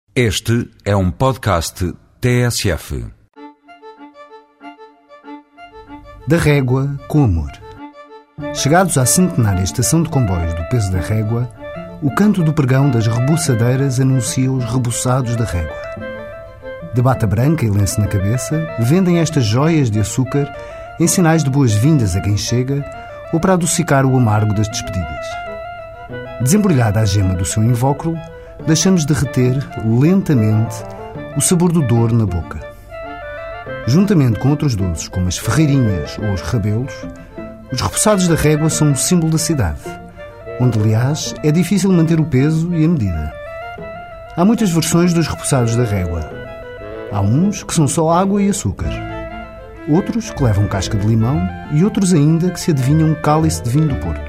Este é um podcast TSF. Da Régua com Amor. Chegados à centenária estação de comboios do Peso da Régua, o canto do pregão das rebuçadeiras anuncia os rebuçados da Régua. De bata branca e lenço na cabeça, vendem estas joias de açúcar em sinais de boas-vindas a quem chega ou para adocicar o amargo das despedidas. Desembrulhada a gema do seu invólucro, deixamos derreter lentamente o sabor do Douro na boca. Juntamente com outros doces, como as ferreirinhas ou os rabelos, os repousados da Régua são um símbolo da cidade, onde, aliás, é difícil manter o peso e a medida. Há muitas versões dos repousados da Régua. Há uns que são só água e açúcar, outros que levam casca de limão e outros ainda que se adivinham um cálice de vinho do Porto.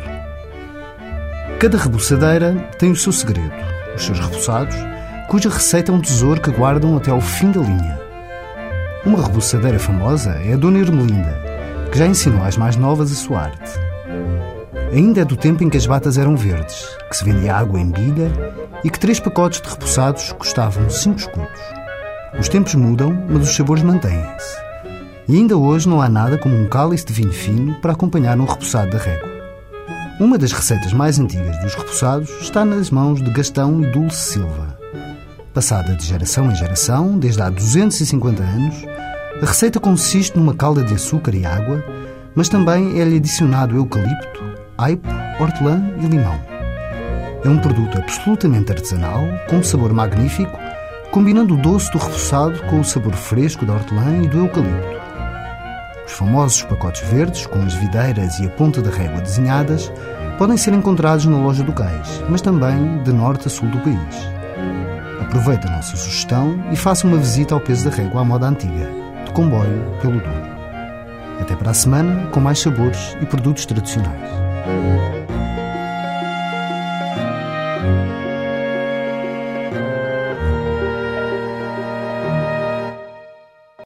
Cada rebuçadeira tem o seu segredo, os seus repousados, cuja receita é um tesouro que guardam até ao fim da linha. Uma rebuçadeira famosa é a Dona Ermelinda, que já ensinou às mais novas a sua arte. Ainda é do tempo em que as batas eram verdes, que se vendia água em bilha e que 3 pacotes de repousados custavam 5 escudos. Os tempos mudam, mas os sabores mantêm-se. E ainda hoje não há nada como um cálice de vinho fino para acompanhar um repoussado da Régua. Uma das receitas mais antigas dos repousados está nas mãos de Gastão e Dulce Silva. Passada de geração em geração, desde há 250 anos, a receita consiste numa calda de açúcar e água, mas também é-lhe adicionado eucalipto, aipo, hortelã e limão. É um produto absolutamente artesanal, com um sabor magnífico, combinando o doce do repoussado com o sabor fresco da hortelã e do eucalipto. Os famosos pacotes verdes, com as videiras e a ponta da régua desenhadas, podem ser encontrados na loja do Cais, mas também de norte a sul do país. Aproveite a nossa sugestão e faça uma visita ao Peso da Régua à moda antiga, de comboio pelo Douro. Até para a semana, com mais sabores e produtos tradicionais.